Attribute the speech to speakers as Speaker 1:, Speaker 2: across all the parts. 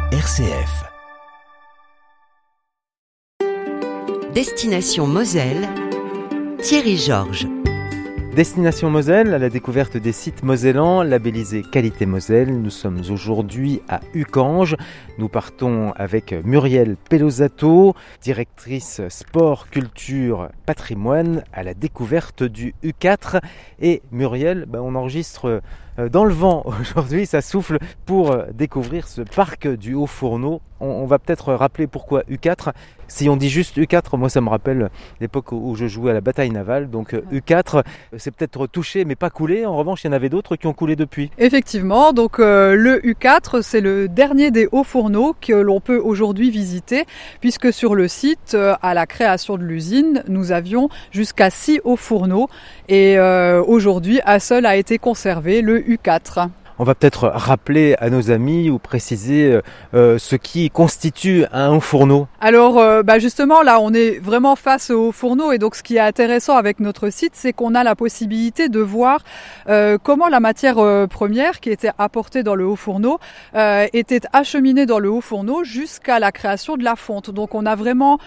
Speaker 1: RCF.
Speaker 2: Destination Moselle, Thierry Georges.
Speaker 3: Destination Moselle, à la découverte des sites mosellans labellisés Qualité Moselle. Nous sommes aujourd'hui à Uckange. Nous partons avec Muriel Pelosato, directrice sport, culture, patrimoine, à la découverte du U4. Et Muriel, on enregistre dans le vent aujourd'hui, ça souffle pour découvrir ce parc du Haut-Fourneau. On va peut-être rappeler pourquoi U4. Si on dit juste U4, moi ça me rappelle l'époque où je jouais à la bataille navale. Donc U4, c'est peut-être touché mais pas coulé. En revanche, il y en avait d'autres qui ont coulé depuis.
Speaker 4: Effectivement, donc le U4, c'est le dernier des Hauts-Fourneaux que l'on peut aujourd'hui visiter, puisque sur le site, à la création de l'usine, nous avions jusqu'à 6 Hauts-Fourneaux et aujourd'hui, un seul a été conservé, le U4.
Speaker 3: On va peut-être rappeler à nos amis ou préciser ce qui constitue un haut-fourneau.
Speaker 4: Alors justement là on est vraiment face au haut-fourneau et donc ce qui est intéressant avec notre site c'est qu'on a la possibilité de voir comment la matière première qui était apportée dans le haut-fourneau était acheminée dans le haut-fourneau jusqu'à la création de la fonte. Donc on a vraiment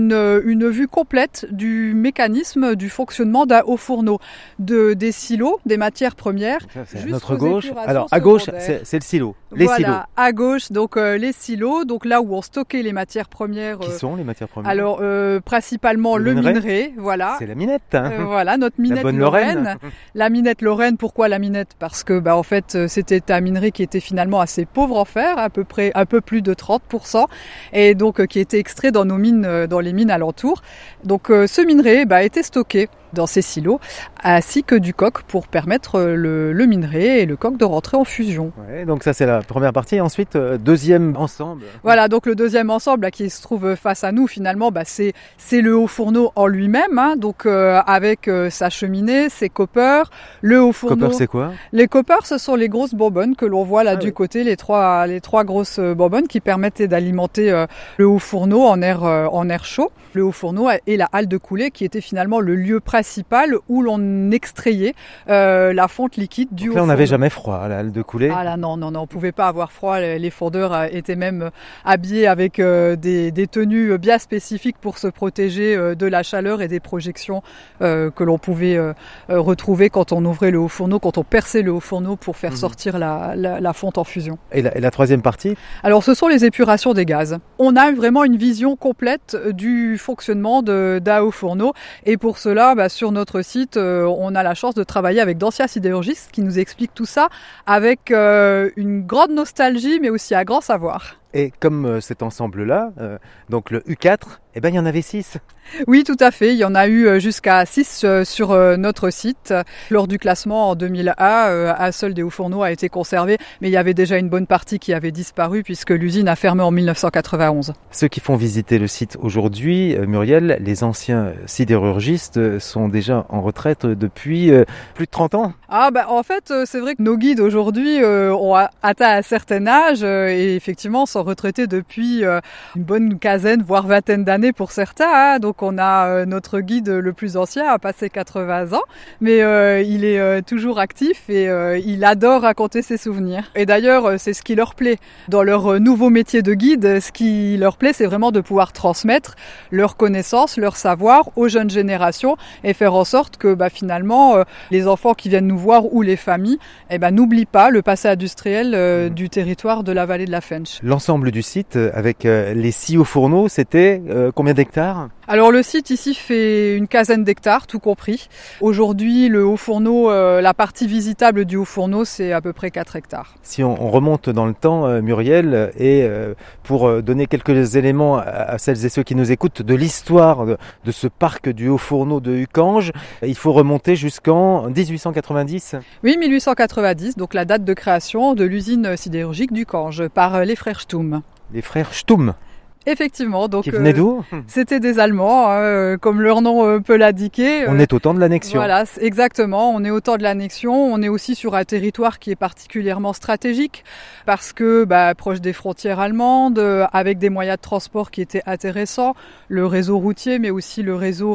Speaker 4: une vue complète du mécanisme du fonctionnement d'un haut-fourneau, des silos, des matières premières.
Speaker 3: Ça, c'est à notre gauche. Alors à gauche, c'est le silo,
Speaker 4: silos. À gauche, donc les silos, donc là où on stockait les matières premières.
Speaker 3: Qui sont les matières premières?
Speaker 4: Alors principalement le minerai, voilà.
Speaker 3: C'est la minette.
Speaker 4: Voilà, notre minette
Speaker 3: la bonne
Speaker 4: Lorraine. La minette Lorraine, pourquoi la minette? Parce que en fait c'était un minerai qui était finalement assez pauvre en fer, à peu près un peu plus de 30%, et donc qui était extrait dans nos mines, dans les mines alentours. Donc ce minerai était stocké dans ces silos, ainsi que du coq pour permettre le minerai et le coq de rentrer en fusion.
Speaker 3: Ouais, donc ça c'est la première partie. Ensuite, deuxième ensemble.
Speaker 4: Voilà, donc le deuxième ensemble là, qui se trouve face à nous finalement, c'est le haut-fourneau en lui-même, donc avec sa cheminée, ses coppers, le haut-fourneau.
Speaker 3: Coppers, c'est quoi?
Speaker 4: Les coppers, ce sont les grosses bonbonnes que l'on voit là du côté, les trois grosses bonbonnes qui permettaient d'alimenter le haut-fourneau en air chaud. Le haut-fourneau et la halle de coulée qui était finalement le lieu principal où l'on extrayait la fonte liquide du haut-fourneau.
Speaker 3: Là, on n'avait jamais froid à la halle de coulée.
Speaker 4: Ah là, non, on pouvait pas avoir froid. Les fondeurs étaient même habillés avec des tenues bien spécifiques pour se protéger de la chaleur et des projections que l'on pouvait retrouver quand on ouvrait le haut-fourneau, quand on perçait le haut-fourneau pour faire sortir la fonte en fusion.
Speaker 3: Et la troisième partie?
Speaker 4: Alors, ce sont les épurations des gaz. On a vraiment une vision complète du fonctionnement d'un haut-fourneau et pour cela, sur notre site, on a la chance de travailler avec d'anciens sidérurgistes qui nous expliquent tout ça avec une grande nostalgie mais aussi un grand savoir.
Speaker 3: Et comme cet ensemble-là, donc le U4, il y en avait 6.
Speaker 4: Oui, tout à fait. Il y en a eu jusqu'à 6 sur notre site. Lors du classement en 2001, un seul des hauts-fourneaux a été conservé, mais il y avait déjà une bonne partie qui avait disparu puisque l'usine a fermé en 1991.
Speaker 3: Ceux qui font visiter le site aujourd'hui, Muriel, les anciens sidérurgistes sont déjà en retraite depuis plus de 30 ans.
Speaker 4: En fait, c'est vrai que nos guides aujourd'hui ont atteint un certain âge et effectivement sont retraités depuis une bonne quinzaine, voire vingtaine d'années pour certains. Donc on a notre guide le plus ancien, a passé 80 ans, mais il est toujours actif et il adore raconter ses souvenirs. Et d'ailleurs, c'est ce qui leur plaît. Dans leur nouveau métier de guide, ce qui leur plaît, c'est vraiment de pouvoir transmettre leurs connaissances, leur savoir aux jeunes générations et faire en sorte que finalement, les enfants qui viennent nous voir ou les familles, n'oublient pas le passé industriel du territoire de la vallée de la Fensch.
Speaker 3: L'ensemble du site avec les 6 hauts-fourneaux, c'était combien d'hectares?
Speaker 4: Alors le site ici fait une quinzaine d'hectares, tout compris. Aujourd'hui, le haut-fourneau, la partie visitable du haut-fourneau, c'est à peu près 4 hectares.
Speaker 3: Si on remonte dans le temps, Muriel, et pour donner quelques éléments à celles et ceux qui nous écoutent de l'histoire de ce parc du haut-fourneau de Uckange, il faut remonter jusqu'en 1890.
Speaker 4: Oui, 1890, donc la date de création de l'usine sidérurgique d'Uckange par les frères Stum.
Speaker 3: Les frères Stum.
Speaker 4: Effectivement, donc
Speaker 3: Qui venaient d'où?
Speaker 4: c'était des Allemands, comme leur nom peut l'indiquer.
Speaker 3: On est au temps de l'annexion.
Speaker 4: Voilà, exactement. On est au temps de l'annexion. On est aussi sur un territoire qui est particulièrement stratégique parce que proche des frontières allemandes, avec des moyens de transport qui étaient intéressants, le réseau routier, mais aussi le réseau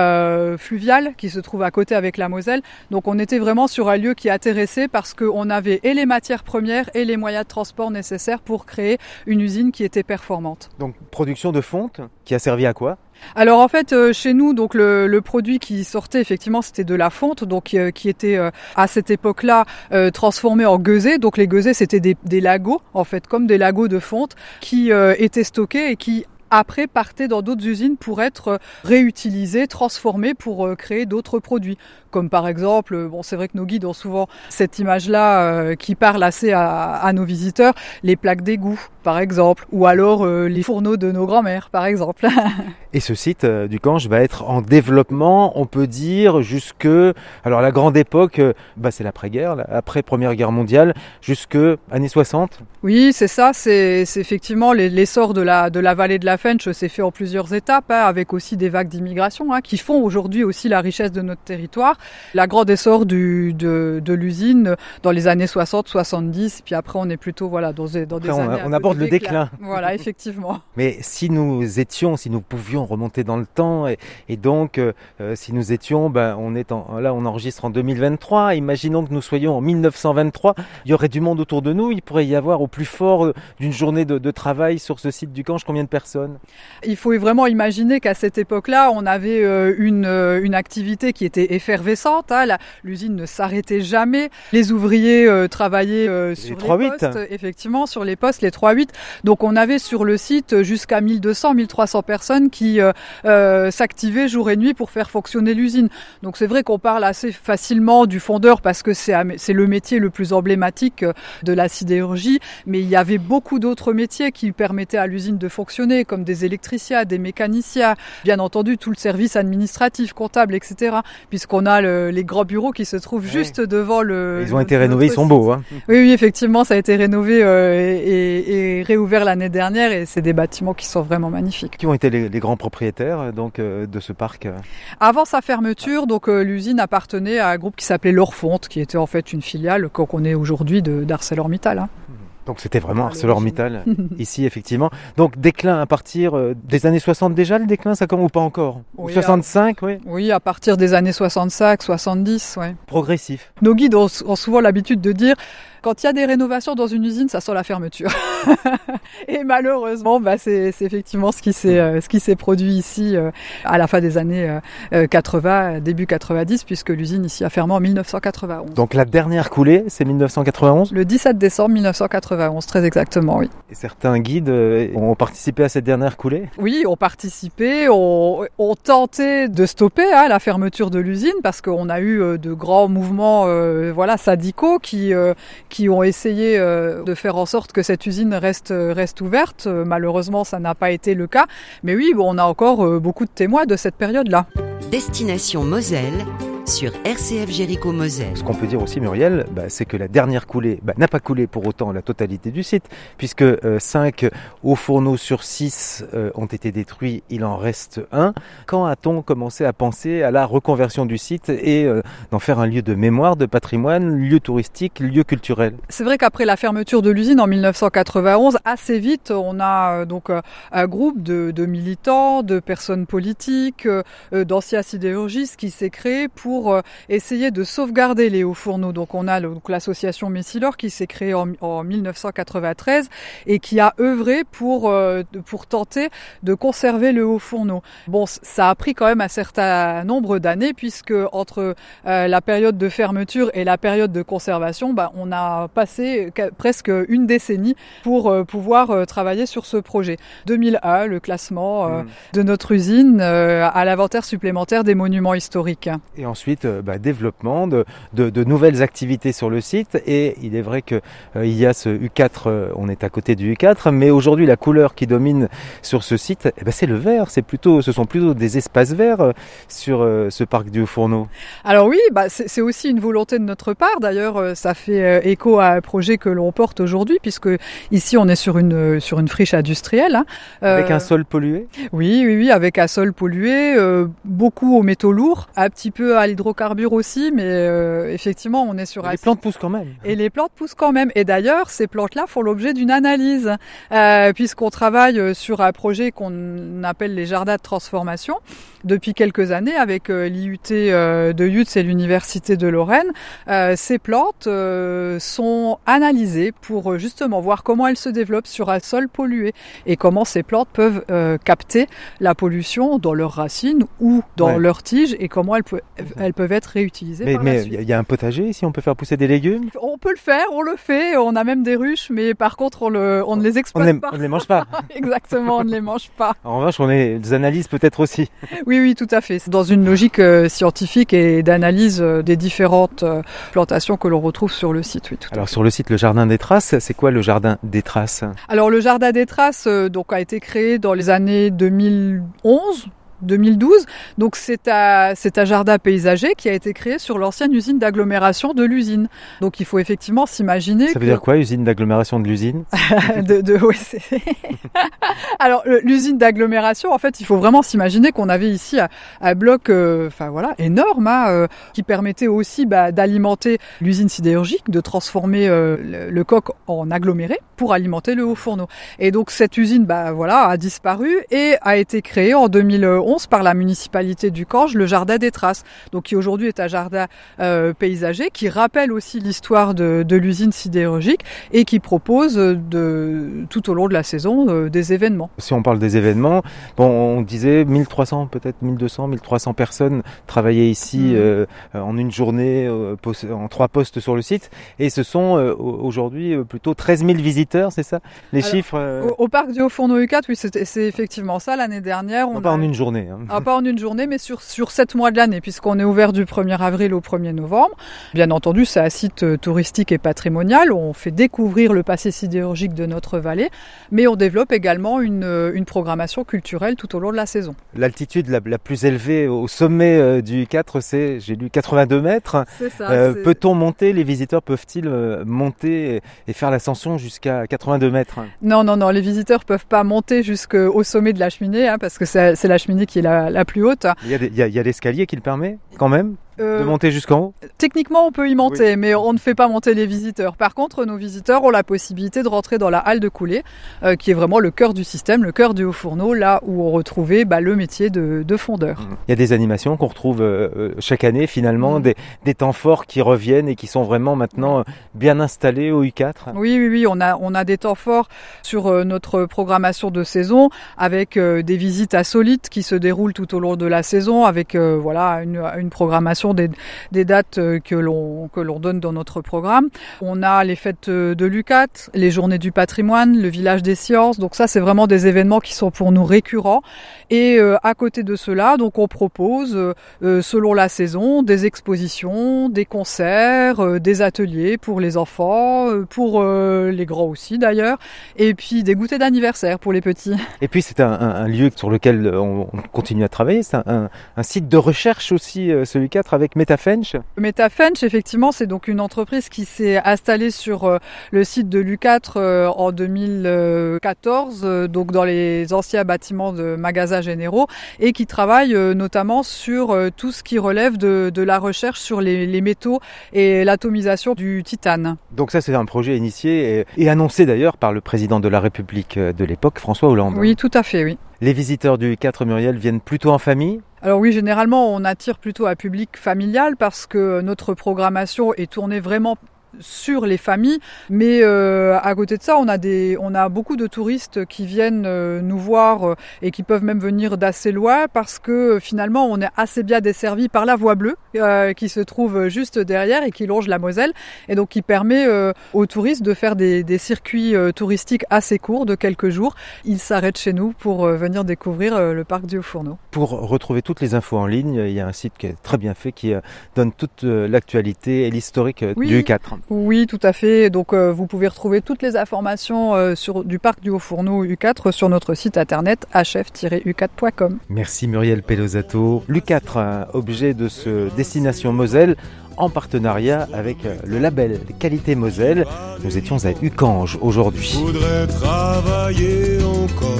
Speaker 4: fluvial qui se trouve à côté avec la Moselle. Donc on était vraiment sur un lieu qui intéressait parce qu'on avait et les matières premières et les moyens de transport nécessaires pour créer une usine qui était performante.
Speaker 3: Donc production de fonte qui a servi à quoi?
Speaker 4: Alors en fait chez nous donc le produit qui sortait effectivement c'était de la fonte donc qui était à cette époque-là transformé en gueuset. Donc les gueusets c'était des lagos en fait comme des lagos de fonte qui étaient stockés et qui après partaient dans d'autres usines pour être réutilisés, transformés pour créer d'autres produits. Comme par exemple, c'est vrai que nos guides ont souvent cette image-là qui parle assez à nos visiteurs, les plaques d'égout par exemple, ou alors les fourneaux de nos grands-mères par exemple.
Speaker 3: Et ce site du Cange va être en développement, on peut dire, jusque... Alors la grande époque, c'est l'après-guerre, après Première Guerre mondiale, jusque années 60.
Speaker 4: Oui, c'est ça, c'est effectivement l'essor de la vallée de la Fensch s'est fait en plusieurs étapes, avec aussi des vagues d'immigration qui font aujourd'hui aussi la richesse de notre territoire. La grande essor de l'usine dans les années 60-70, puis après on est plutôt dans des années...
Speaker 3: On aborde le déclin.
Speaker 4: Voilà, effectivement.
Speaker 3: Mais si nous pouvions remonter dans le temps et donc si nous étions, on enregistre en 2023, imaginons que nous soyons en 1923, il y aurait du monde autour de nous, il pourrait y avoir au plus fort d'une journée de travail sur ce site du Cange, combien de personnes?
Speaker 4: Il faut vraiment imaginer qu'à cette époque-là, on avait une activité qui était effervescente, l'usine ne s'arrêtait jamais, les ouvriers travaillaient sur les postes, effectivement, sur les postes, les 3-8, donc on avait sur le site jusqu'à 1200-1300 personnes qui s'activaient jour et nuit pour faire fonctionner l'usine. Donc c'est vrai qu'on parle assez facilement du fondeur parce que c'est le métier le plus emblématique de la sidérurgie, mais il y avait beaucoup d'autres métiers qui permettaient à l'usine de fonctionner, comme des électriciens, des mécaniciens, bien entendu tout le service administratif, comptable, etc. Puisqu'on a les grands bureaux qui se trouvent juste devant le...
Speaker 3: Ils ont été rénovés, ils sont beaux.
Speaker 4: Oui, effectivement, ça a été rénové et réouvert l'année dernière et c'est des bâtiments qui sont vraiment magnifiques.
Speaker 3: Qui ont été les grands propriétaires de ce parc?
Speaker 4: Avant sa fermeture, l'usine appartenait à un groupe qui s'appelait Lorfonte, qui était en fait une filiale qu'on connaît aujourd'hui d'ArcelorMittal.
Speaker 3: Donc c'était vraiment ArcelorMittal ici effectivement. Donc déclin à partir des années 60 déjà, le déclin ça commence ou pas encore?
Speaker 4: Oui,
Speaker 3: 65 oui.
Speaker 4: Oui, à partir des années 65, 70, ouais.
Speaker 3: Progressif.
Speaker 4: Nos guides ont souvent l'habitude de dire quand il y a des rénovations dans une usine, ça sent la fermeture. Et malheureusement, c'est effectivement ce qui s'est produit ici à la fin des années 80, début 90, puisque l'usine ici a fermé en 1991.
Speaker 3: Donc la dernière coulée, c'est 1991?
Speaker 4: Le 17 décembre 1991, très exactement, oui.
Speaker 3: Et certains guides ont participé à cette dernière coulée?
Speaker 4: Oui, ont participé, ont tenté de stopper la fermeture de l'usine, parce qu'on a eu de grands mouvements syndicaux qui ont essayé de faire en sorte que cette usine reste ouverte. Malheureusement, ça n'a pas été le cas. Mais oui, on a encore beaucoup de témoins de cette période-là.
Speaker 2: Destination Moselle sur RCF Jéricho Moselle.
Speaker 3: Ce qu'on peut dire aussi, Muriel, c'est que la dernière coulée n'a pas coulé pour autant la totalité du site, puisque 5 hauts fourneaux sur 6 ont été détruits, il en reste 1. Quand a-t-on commencé à penser à la reconversion du site et d'en faire un lieu de mémoire, de patrimoine, lieu touristique, lieu culturel?
Speaker 4: C'est vrai qu'après la fermeture de l'usine en 1991, assez vite, on a un groupe de militants, de personnes politiques, d'anciens sidérurgistes qui s'est créé pour essayer de sauvegarder les hauts fourneaux. Donc on a l'association Messilor qui s'est créée en 1993 et qui a œuvré pour tenter de conserver le haut fourneau. Bon, ça a pris quand même un certain nombre d'années puisque entre la période de fermeture et la période de conservation, on a passé presque une décennie pour pouvoir travailler sur ce projet. 2001, le classement de notre usine à l'inventaire supplémentaire des monuments historiques.
Speaker 3: Et ensuite ensuite développement de nouvelles activités sur le site. Et il est vrai que il y a ce U4, on est à côté du U4, mais aujourd'hui la couleur qui domine sur ce site, c'est le vert. Ce sont plutôt des espaces verts sur ce parc du Haut-Fourneau.
Speaker 4: Alors oui, c'est aussi une volonté de notre part. D'ailleurs, ça fait écho à un projet que l'on porte aujourd'hui, puisque ici on est sur une friche industrielle.
Speaker 3: Avec un sol pollué ?
Speaker 4: Oui, avec un sol pollué, beaucoup aux métaux lourds, un petit peu à l'hydrocarbure aussi, mais effectivement on est sur...
Speaker 3: Les plantes poussent quand même.
Speaker 4: Et les plantes poussent quand même. Et d'ailleurs, ces plantes-là font l'objet d'une analyse, puisqu'on travaille sur un projet qu'on appelle les jardins de transformation depuis quelques années avec l'IUT de Yutz et l'Université de Lorraine. Ces plantes sont analysées pour justement voir comment elles se développent sur un sol pollué et comment ces plantes peuvent capter la pollution dans leurs racines ou dans leurs tiges et comment elles peuvent être réutilisées par la suite.
Speaker 3: Mais il y a un potager ici, on peut faire pousser des légumes ?
Speaker 4: On peut le faire, on le fait, on a même des ruches, mais par contre on ne les exploite pas.
Speaker 3: On ne les mange pas.
Speaker 4: Exactement, on ne les mange pas.
Speaker 3: En revanche, on les analyse peut-être aussi.
Speaker 4: Oui, tout à fait. C'est dans une logique scientifique et d'analyse des différentes plantations que l'on retrouve sur le site. Oui,
Speaker 3: Alors sur le site, le Jardin des Traces, c'est quoi le Jardin des Traces ?
Speaker 4: Alors le Jardin des Traces a été créé dans les années 2012. Donc c'est un jardin paysager qui a été créé sur l'ancienne usine d'agglomération de l'usine. Donc il faut effectivement s'imaginer.
Speaker 3: Ça veut dire quoi, usine d'agglomération de l'usine ?
Speaker 4: Alors l'usine d'agglomération, en fait, il faut vraiment s'imaginer qu'on avait ici un bloc, énorme, qui permettait aussi d'alimenter l'usine sidérurgique, de transformer le coq en aggloméré pour alimenter le Haut-Fourneau. Et donc cette usine, a disparu et a été créée en 2011 par la municipalité du Cange, le Jardin des Traces, donc qui aujourd'hui est un jardin paysager qui rappelle aussi l'histoire de l'usine sidérurgique et qui propose tout au long de la saison des événements.
Speaker 3: Si on parle des événements, on disait 1300, peut-être 1200, 1300 personnes travaillaient ici en une journée, en 3 postes sur le site, et ce sont aujourd'hui plutôt 13 000 visiteurs, c'est ça les chiffres
Speaker 4: Au parc du Haut-Fourneau U4, oui, c'est effectivement ça. L'année dernière,
Speaker 3: pas en une journée.
Speaker 4: Pas en une journée, mais sur 7 mois de l'année, puisqu'on est ouvert du 1er avril au 1er novembre. Bien entendu, c'est un site touristique et patrimonial. On fait découvrir le passé sidérurgique de notre vallée, mais on développe également une programmation culturelle tout au long de la saison.
Speaker 3: L'altitude la plus élevée au sommet du U4, c'est, j'ai lu, 82 mètres.
Speaker 4: C'est ça.
Speaker 3: Peut-on monter, les visiteurs peuvent-ils monter et faire l'ascension jusqu'à 82 mètres ?
Speaker 4: Non, les visiteurs peuvent pas monter jusqu'au sommet de la cheminée, parce que c'est la cheminée qui est la plus haute.
Speaker 3: Il y a l'escalier qui le permet quand même de monter jusqu'en haut ?
Speaker 4: Techniquement, on peut y monter, mais on ne fait pas monter les visiteurs. Par contre, nos visiteurs ont la possibilité de rentrer dans la halle de coulée, qui est vraiment le cœur du système, le cœur du Haut-Fourneau, là où on retrouvait le métier de fondeur.
Speaker 3: Il y a des animations qu'on retrouve chaque année, finalement, des temps forts qui reviennent et qui sont vraiment maintenant bien installés au U4.
Speaker 4: Oui, on a des temps forts sur notre programmation de saison, avec des visites insolites qui se déroulent tout au long de la saison, avec une programmation des dates que l'on donne dans notre programme. On a les fêtes de l'U4, les journées du patrimoine, le village des sciences. Donc ça, c'est vraiment des événements qui sont pour nous récurrents. Et à côté de cela, donc on propose, selon la saison, des expositions, des concerts, des ateliers pour les enfants, pour les grands aussi d'ailleurs, et puis des goûters d'anniversaire pour les petits.
Speaker 3: Et puis c'est un lieu sur lequel on continue à travailler. C'est un site de recherche aussi, ce U4, avec Metafench.
Speaker 4: Metafench, effectivement, c'est donc une entreprise qui s'est installée sur le site de l'U4 en 2014, donc dans les anciens bâtiments de magasins généraux, et qui travaille notamment sur tout ce qui relève de la recherche sur les métaux et l'atomisation du titane.
Speaker 3: Donc ça, c'est un projet initié et annoncé d'ailleurs par le président de la République de l'époque, François Hollande.
Speaker 4: Oui, tout à fait, oui.
Speaker 3: Les visiteurs du U4, Muriel, viennent plutôt en famille ?
Speaker 4: Alors oui, généralement, on attire plutôt un public familial parce que notre programmation est tournée vraiment sur les familles, mais à côté de ça, on a beaucoup de touristes qui viennent nous voir et qui peuvent même venir d'assez loin parce que finalement on est assez bien desservi par la voie bleue qui se trouve juste derrière et qui longe la Moselle et donc qui permet aux touristes de faire des circuits touristiques assez courts de quelques jours. Ils s'arrêtent chez nous pour venir découvrir le parc du Haut-Fourneau.
Speaker 3: Pour retrouver toutes les infos en ligne, il y a un site qui est très bien fait qui donne toute l'actualité et l'historique du U4.
Speaker 4: Oui, tout à fait. Donc vous pouvez retrouver toutes les informations du parc du Haut-Fourneau U4 sur notre site internet hf-u4.com.
Speaker 3: Merci Muriel Pelosato. L'U4, objet de ce Destination Moselle en partenariat avec le label Qualité Moselle. Nous étions à Ucange aujourd'hui.
Speaker 1: Faudrait travailler encore,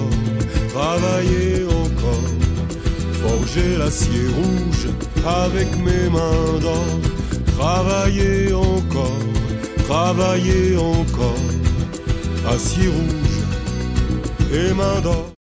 Speaker 1: forger l'acier rouge avec mes mains d'or. Travailler encore, acier rouge et main d'or.